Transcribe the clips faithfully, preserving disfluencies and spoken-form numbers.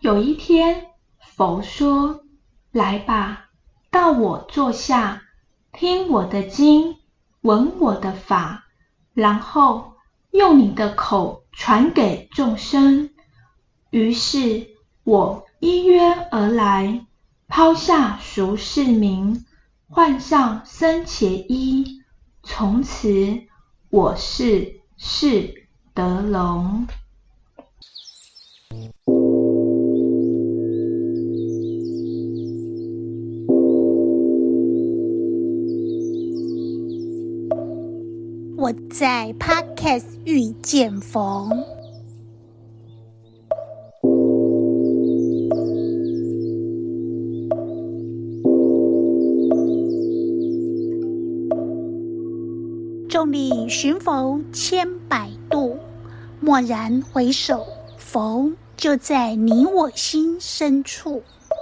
有一天，佛说：来吧，到我坐下，听我的经，闻我的法，然后用你的口传给众生。于是我依约而来，抛下俗世名，换上僧伽衣，从此我是释德容。 我在 Podcast 遇见佛。众里寻佛千百度，蓦然回首，佛就在你我心深处。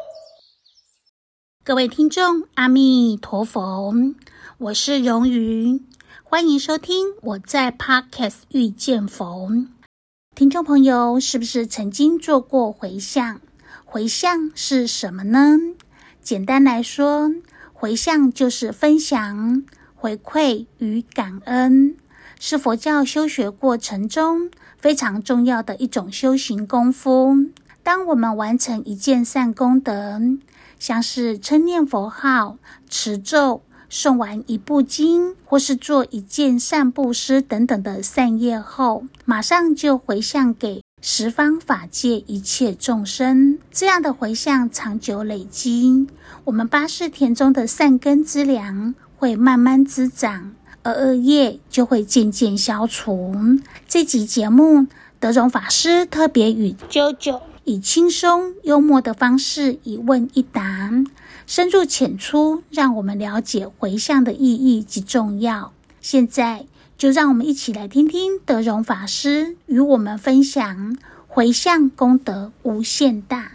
各位听众，阿弥陀佛，我是荣瑜，欢迎收听我在 Podcast 遇见佛。听众朋友，是不是曾经做过回向？回向是什么呢？简单来说，回向就是分享、回馈与感恩，是佛教修学过程中非常重要的一种修行功夫。当我们完成一件善功德，像是称念佛号、持咒、诵完一部经，或是做一件善布施等等的善业后，马上就回向给十方法界一切众生。这样的回向长久累积，我们八识田中的善根资粮会慢慢滋长，而恶业就会渐渐消除。这集节目，德容法师特别与啾啾以轻松幽默的方式一问一答，深入浅出，让我们了解回向的意义及重要。现在就让我们一起来听听德容法师与我们分享回向功德无限大。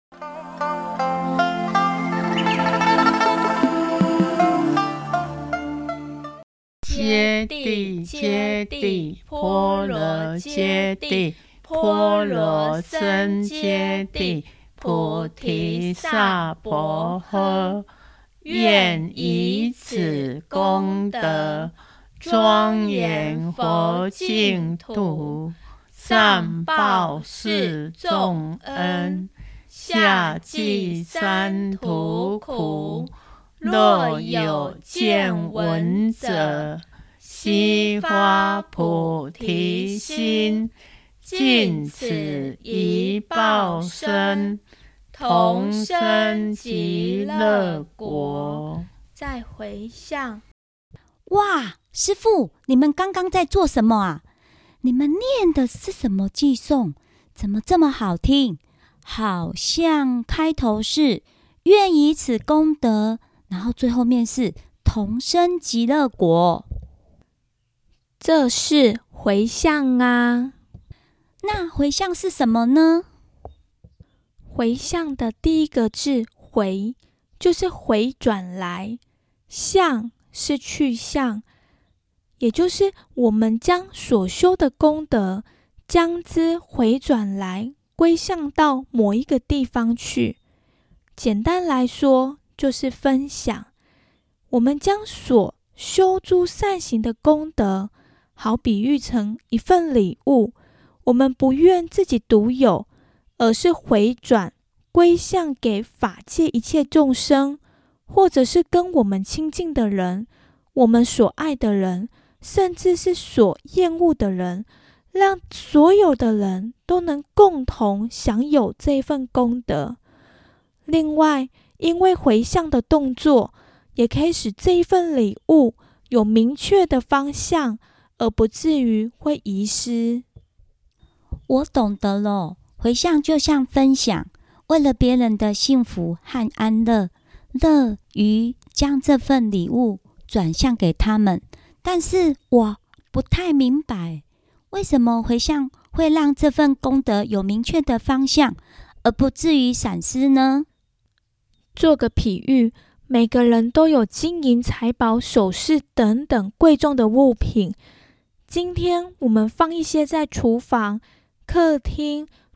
揭谛揭谛波罗揭谛波罗僧揭谛菩提萨婆诃。愿以此功德庄严佛净土，上报四重恩，下济三途苦。若有见闻者，悉发菩提心，尽此一报身，同生极乐国。 再回向。 哇，师父，你们刚刚在做什么啊？你们念的是什么偈颂？怎么这么好听？好像开头是愿以此功德，然后最后面是同生极乐国。 这是回向啊。 那回向是什么呢？ 回向的第一个字回，就是回转来，向是去向，也就是我们将所修的功德将之回转来，归向到某一个地方去。简单来说就是分享。我们将所修诸善行的功德，好比喻成一份礼物，我们不愿自己独有，而是回转归向给法界一切众生，或者是跟我们亲近的人，我们所爱的人，甚至是所厌恶的人，让所有的人都能共同享有这份功德。另外，因为回向的动作，也可以使这一份礼物有明确的方向，而不至于会遗失。 我懂得了，回向就像分享，为了别人的幸福和安乐，乐于将这份礼物转向给他们。但是我不太明白，为什么回向会让这份功德有明确的方向，而不至于闪失呢？ 做个比喻，每个人都有金银财宝、首饰等等贵重的物品。今天我们放一些在厨房、客厅、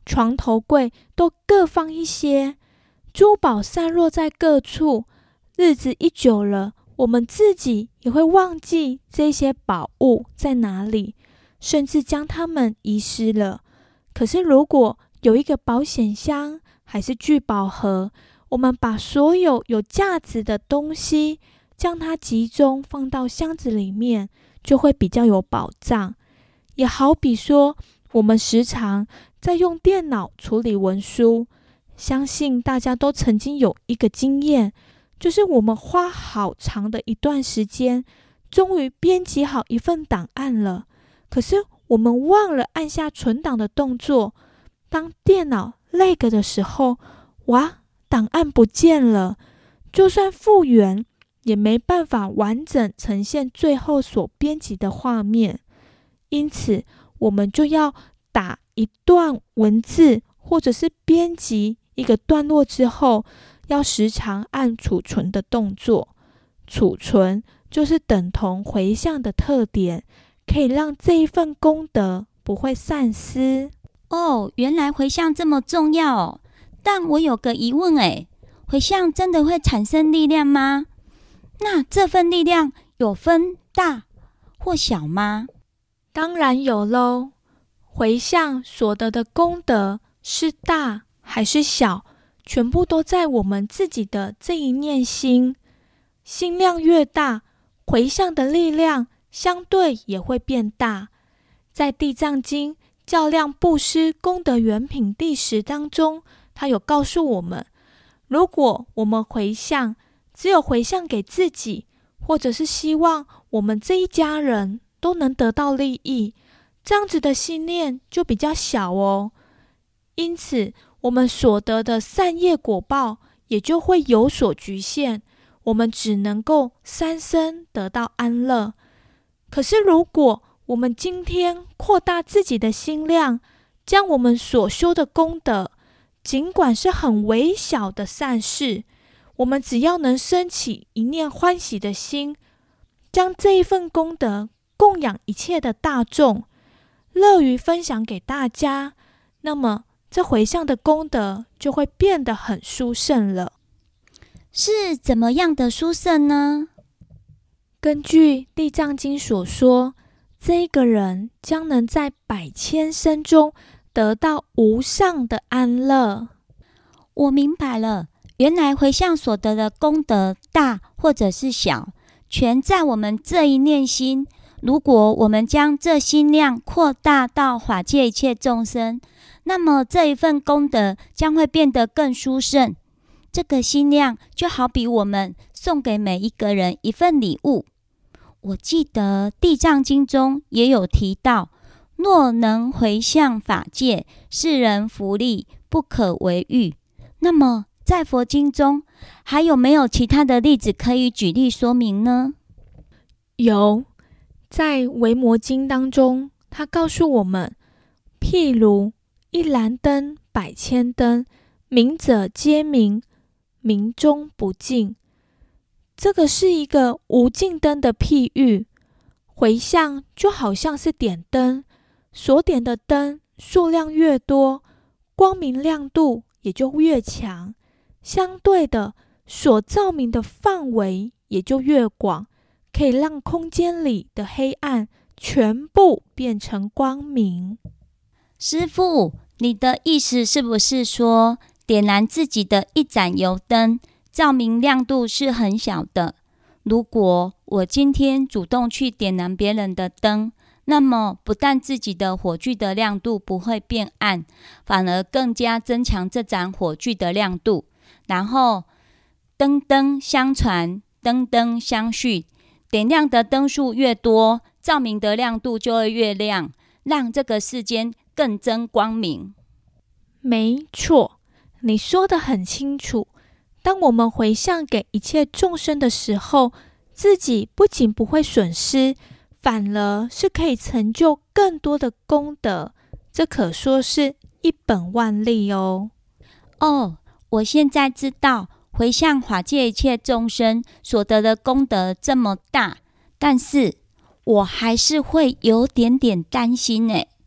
床头柜都各放一些，珠宝散落在各处，日子一久了，我们自己也会忘记这些宝物在哪里，甚至将它们遗失了。可是如果有一个保险箱还是聚宝盒，我们把所有有价值的东西将它集中放到箱子里面，就会比较有保障。也好比说，我们时常在用电脑处理文书，相信大家都曾经有一个经验，就是我们花好长的一段时间，终于编辑好一份档案了，可是我们忘了按下存档的动作。当电脑 lag 的时候，哇，档案不见了，就算复原也没办法完整呈现最后所编辑的画面。因此我们就要打一段文字，或者是编辑一个段落之后，要时常按储存的动作。储存就是等同回向的特点，可以让这一份功德不会散失。 哦，原来回向这么重要哦。但我有个疑问诶，回向真的会产生力量吗？那这份力量有分大或小吗？ 当然有咯。回向所得的功德是大还是小，全部都在我们自己的这一念心。心量越大，回向的力量相对也会变大。在地藏经较量布施功德圆品第十当中，他有告诉我们，如果我们回向只有回向给自己，或者是希望我们这一家人都能得到利益，这样子的心念就比较小哦。因此我们所得的善业果报也就会有所局限，我们只能够三生得到安乐。可是如果我们今天扩大自己的心量，将我们所修的功德，尽管是很微小的善事，我们只要能升起一念欢喜的心，将这一份功德供养一切的大众，乐于分享给大家，那么这回向的功德就会变得很殊胜了。 是怎么样的殊胜呢？ 根据地藏经所说，这一个人将能在百千生中得到无上的安乐。 我明白了，原来回向所得的功德大或者是小，全在我们这一念心。如果我们将这心量扩大到法界一切众生，那么这一份功德将会变得更殊胜。这个心量就好比我们送给每一个人一份礼物。我记得地藏经中也有提到，若能回向法界，世人福利不可为喻。那么在佛经中还有没有其他的例子可以举例说明呢？ 有，在维摩经当中，他告诉我们，譬如一燃灯百千灯，明者皆明，明中不尽。这个是一个无尽灯的譬喻，回向就好像是点灯，所点的灯数量越多，光明亮度也就越强，相对的，所照明的范围也就越广，可以让空间里的黑暗全部变成光明。 师父，你的意思是不是说，点燃自己的一盏油灯，照明亮度是很小的？如果我今天主动去点燃别人的灯，那么不但自己的火炬的亮度不会变暗，反而更加增强这盏火炬的亮度。然后灯灯相传，灯灯相续，点亮的灯数越多，照明的亮度就会越亮，让这个世间更增光明。 没错，你说得很清楚。当我们回向给一切众生的时候，自己不仅不会损失，反而是可以成就更多的功德，这可说是一本万利哦。 哦，我现在知道回向法界一切众生所得的功德这么大，但是我还是会有点点担心耶。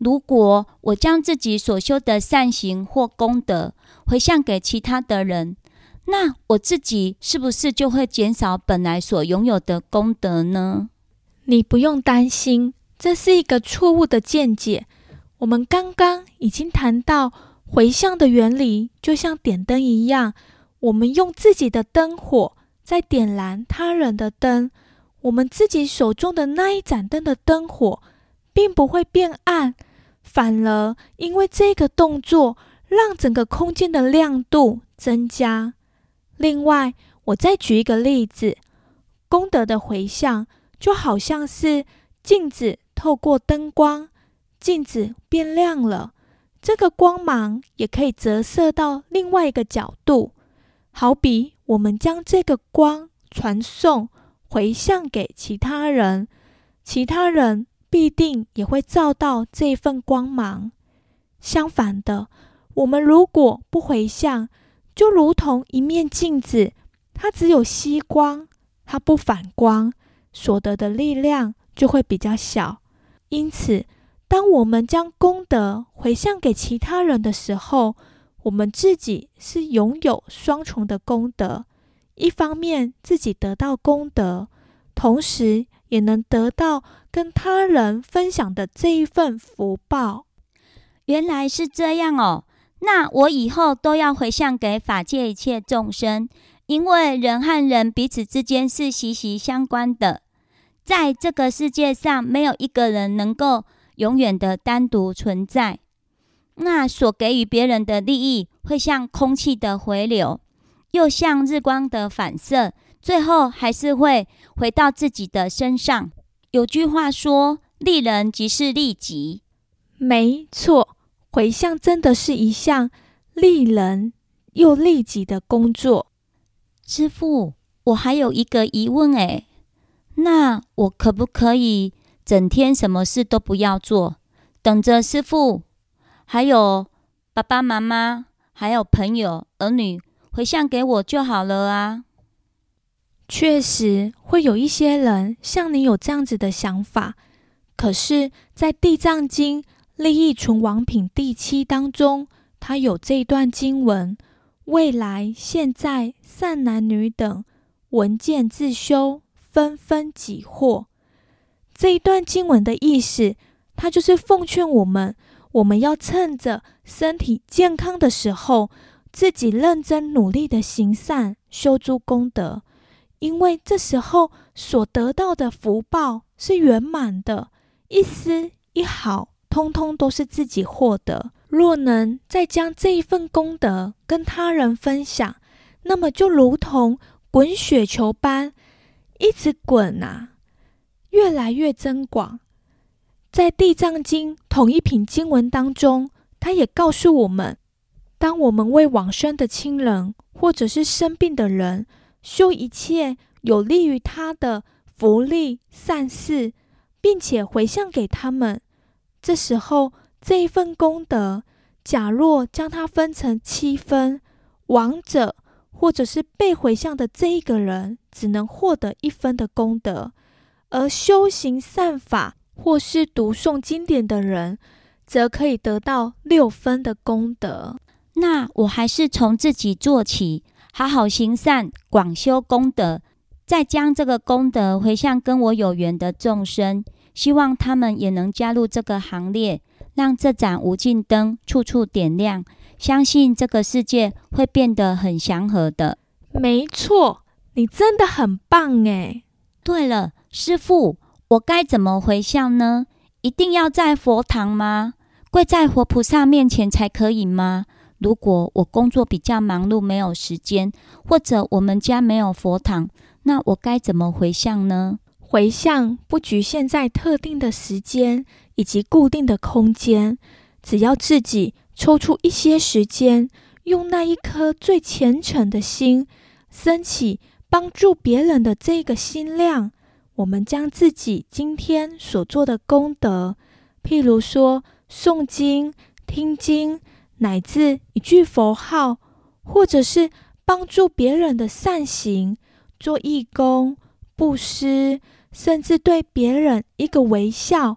如果我将自己所修的善行或功德回向给其他的人，那我自己是不是就会减少本来所拥有的功德呢？ 你不用担心，这是一个错误的见解。我们刚刚已经谈到回向的原理，就像点灯一样，我们用自己的灯火在点燃他人的灯，我们自己手中的那一盏灯的灯火并不会变暗，反而因为这个动作让整个空间的亮度增加。另外，我再举一个例子，功德的回向就好像是镜子透过灯光，镜子变亮了，这个光芒也可以折射到另外一个角度，好比我们将这个光传送回向给其他人，其他人必定也会照到这份光芒。相反的，我们如果不回向，就如同一面镜子，它只有吸光，它不反光，所得的力量就会比较小。因此，当我们将功德回向给其他人的时候，我们自己是拥有双重的功德，一方面自己得到功德，同时也能得到跟他人分享的这一份福报。 原来是这样哦，那我以后都要回向给法界一切众生，因为人和人彼此之间是息息相关的，在这个世界上没有一个人能够永远的单独存在，那所给予别人的利益会像空气的回流，又像日光的反射，最后还是会回到自己的身上。有句话说，利人即是利己。 没错，回向真的是一项利人又利己的工作。 师父，我还有一个疑问诶，那我可不可以整天什么事都不要做，等着师父还有爸爸妈妈还有朋友儿女回向给我就好了啊？ 确实会有一些人像你有这样子的想法，可是在地藏经利益存亡品第七当中，它有这一段经文，未来现在善男女等闻见自修，纷纷己获。这一段经文的意思，它就是奉劝我们，我们要趁着身体健康的时候，自己认真努力的行善，修诸功德，因为这时候所得到的福报是圆满的，一丝一毫通通都是自己获得。若能再将这一份功德跟他人分享，那么就如同滚雪球般一直滚啊，越来越增广。在地藏经同一品经文当中，它也告诉我们，当我们为往生的亲人或者是生病的人修一切有利于他的福利善事，并且回向给他们，这时候这一份功德，假若将它分成七分，亡者或者是被回向的这一个人只能获得一分的功德，而修行善法或是读诵经典的人则可以得到六分的功德。 那我还是从自己做起，好好行善，广修功德，再将这个功德回向跟我有缘的众生，希望他们也能加入这个行列，让这盏无尽灯处处点亮，相信这个世界会变得很祥和的。 没错，你真的很棒耶。 对了，师父，我该怎么回向呢？一定要在佛堂吗？跪在活菩萨面前才可以吗？如果我工作比较忙碌，没有时间，或者我们家没有佛堂，那我该怎么回向呢？ 回向不局限在特定的时间以及固定的空间，只要自己抽出一些时间，用那一颗最虔诚的心，升起帮助别人的这个心量，我们将自己今天所做的功德，譬如说诵经、听经，乃至一句佛号，或者是帮助别人的善行，做义工、布施，甚至对别人一个微笑，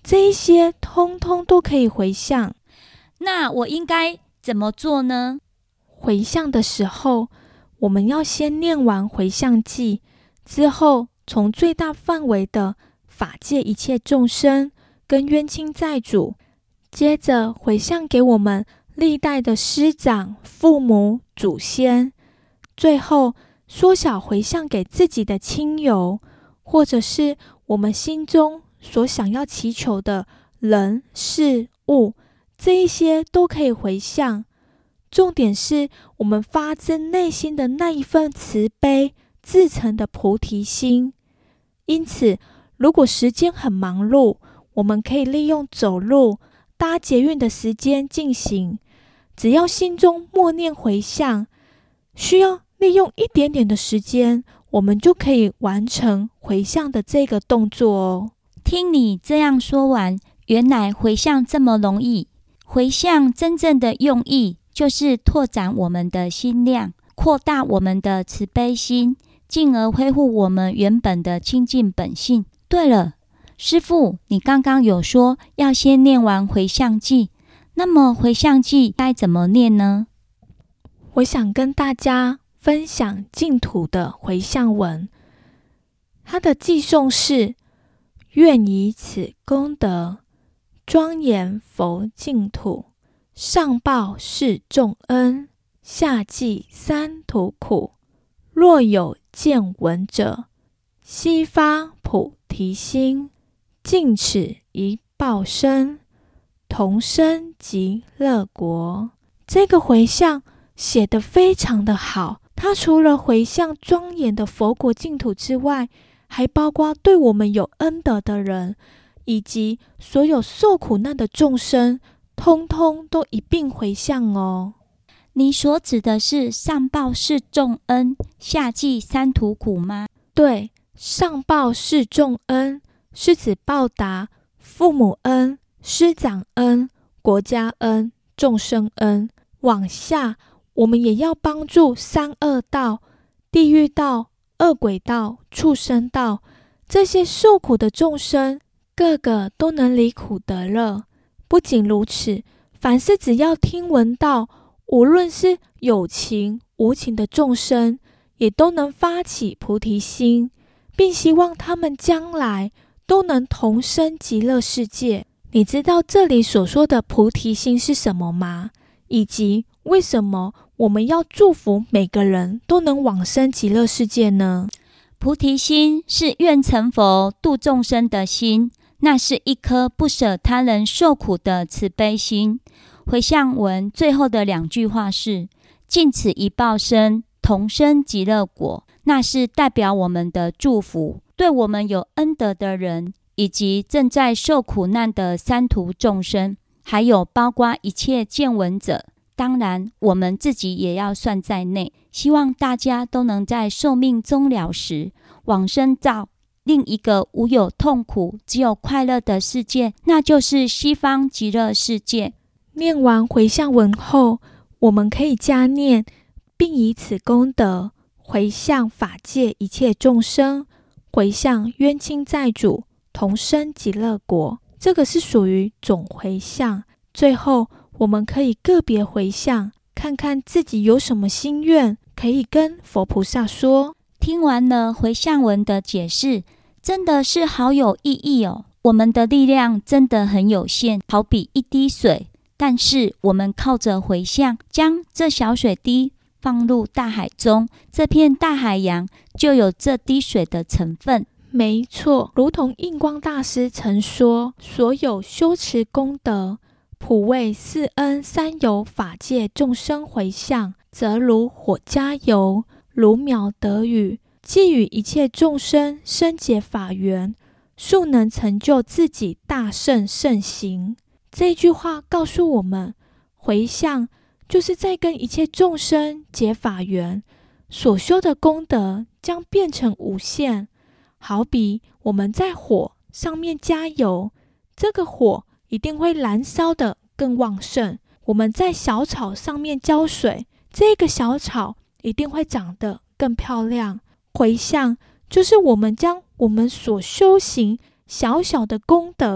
这一些通通都可以回向。 那我应该怎么做呢？ 回向的时候，我们要先念完回向偈，之后从最大范围的法界一切众生跟冤亲债主，接着回向给我们历代的师长、父母、祖先，最后缩小回向给自己的亲友，或者是我们心中所想要祈求的人事物，这一些都可以回向。重点是我们发自内心的那一份慈悲自成的菩提心。因此如果时间很忙碌，我们可以利用走路、搭捷运的时间进行，只要心中默念回向，需要利用一点点的时间，我们就可以完成回向的这个动作哦。 听你这样说完，原来回向这么容易。回向真正的用意就是拓展我们的心量，扩大我们的慈悲心，进而恢复我们原本的清净本性。对了，师父，你刚刚有说要先念完回向偈，那么回向偈该怎么念呢？ 我想跟大家分享净土的回向文，它的偈颂是：愿以此功德，庄严佛净土，上报四重恩，下济三途苦。若有见闻者，悉发菩提心，尽此一报身，同生极乐国。这个回向写得非常的好，它除了回向庄严的佛国净土之外，还包括对我们有恩德的人，以及所有受苦难的众生，通通都一并回向哦。 你所指的是上报四重恩，下济三途苦吗？ 对，上报四重恩是指报答父母恩、师长恩、国家恩、众生恩。往下，我们也要帮助三恶道、地狱道、恶鬼道、畜生道这些受苦的众生，个个都能离苦得乐。不仅如此，凡是只要听闻到，无论是有情无情的众生，也都能发起菩提心，并希望他们将来都能同生极乐世界。你知道这里所说的菩提心是什么吗？以及为什么我们要祝福每个人都能往生极乐世界呢？ 菩提心是愿成佛度众生的心，那是一颗不舍他人受苦的慈悲心。回向文最后的两句话是：尽此一报身，同生极乐国，那是代表我们的祝福，对我们有恩德的人，以及正在受苦难的三途众生，还有包括一切见闻者，当然我们自己也要算在内。希望大家都能在寿命终了时，往生到另一个无有痛苦只有快乐的世界，那就是西方极乐世界。 念完回向文后，我们可以加念，并以此功德回向法界一切众生，回向冤亲债主，同生极乐国。这个是属于总回向。最后我们可以个别回向，看看自己有什么心愿可以跟佛菩萨说。 听完了回向文的解释，真的是好有意义哦。我们的力量真的很有限，好比一滴水，但是我们靠着回向，将这小水滴放入大海中，这片大海洋就有这滴水的成分。 没错，如同印光大师曾说，所有修持功德，普为四恩三有法界众生回向，则如火加油，如秒得雨，既与一切众生深结法缘，速能成就自己大圣圣行。这句话告诉我们，回向就是在跟一切众生结法缘，所修的功德将变成无限。好比我们在火上面加油，这个火一定会燃烧得更旺盛。我们在小草上面浇水，这个小草一定会长得更漂亮。回向就是我们将我们所修行小小的功德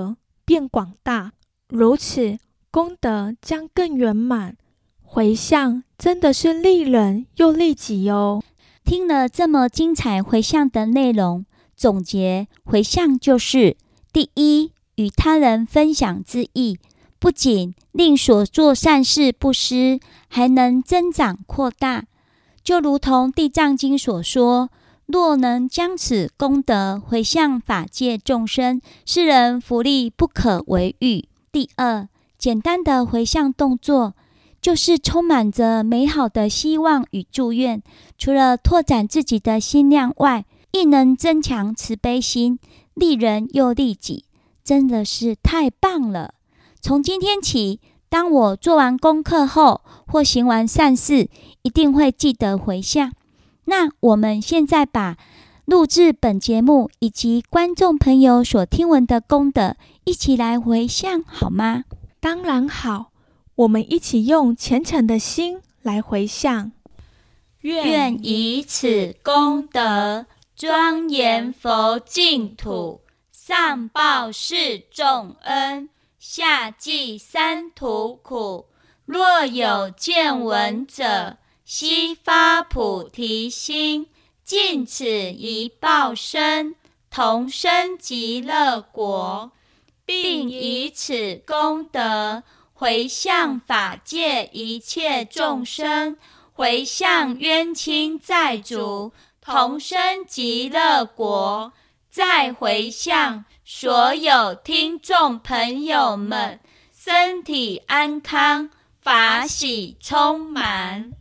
变广大，如此功德将更圆满。回向真的是利人又利己哦。 听了这么精彩回向的内容，总结回向就是第一，与他人分享之意，不仅令所做善事不失，还能增长扩大。就如同地藏经所说，若能将此功德回向法界众生，世人福利不可为喻。第二，简单的回向动作就是充满着美好的希望与祝愿，除了拓展自己的心量外，亦能增强慈悲心，利人又利己，真的是太棒了。从今天起，当我做完功课后或行完善事，一定会记得回向。那我们现在把录制本节目以及观众朋友所听闻的功德一起来回向好吗？ 当然好，我们一起用虔诚的心来回向。 愿以此功德庄严佛净土，上报四重恩，下济三途苦。若有见闻者，悉发菩提心，尽此一报身，同生极乐国，并以此功德回向法界一切众生，回向冤亲债主，同生极乐国。再回向所有听众朋友们，身体安康，法喜充满。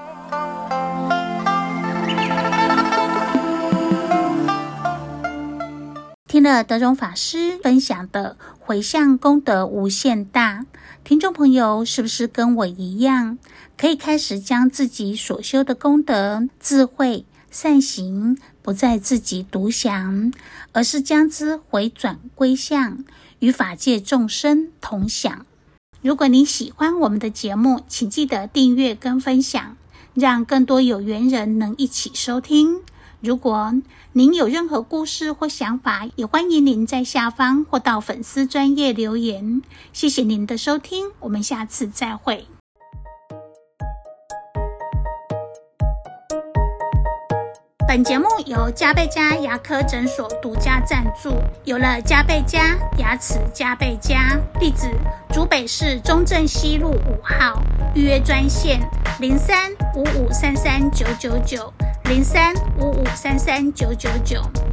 听了德荣法师分享的回向功德无限大，听众朋友是不是跟我一样，可以开始将自己所修的功德、智慧、善行不再自己独享，而是将之回转归向，与法界众生同享。如果你喜欢我们的节目，请记得订阅跟分享，让更多有缘人能一起收听。如果您有任何故事或想法，也欢迎您在下方或到粉丝专页留言。谢谢您的收听，我们下次再会。本节目由嘉贝嘉牙科诊所独家赞助。有了嘉贝嘉，牙齿加倍加。地址：竹北市中正西路五号。预约专线：零三五五三三九九九零三五五三三九九九。